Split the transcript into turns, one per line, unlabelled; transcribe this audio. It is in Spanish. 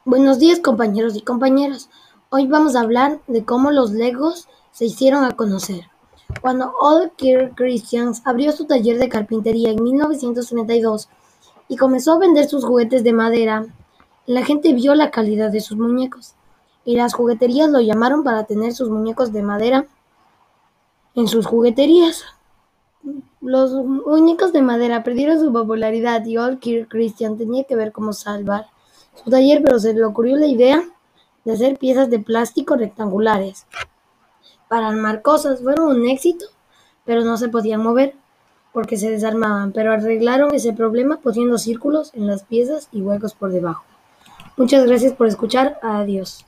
Buenos días, compañeros y compañeras. Hoy vamos a hablar de cómo los Legos se hicieron a conocer. Cuando Ole Kirk Christian abrió su taller de carpintería en 1932 y comenzó a vender sus juguetes de madera, la gente vio la calidad de sus muñecos y las jugueterías lo llamaron para tener sus muñecos de madera en sus jugueterías. Los muñecos de madera perdieron su popularidad y Ole Kirk Christian tenía que ver cómo salvar su taller, pero se le ocurrió la idea de hacer piezas de plástico rectangulares para armar cosas. Fueron un éxito, pero no se podían mover porque se desarmaban, pero arreglaron ese problema poniendo círculos en las piezas y huecos por debajo. Muchas gracias por escuchar. Adiós.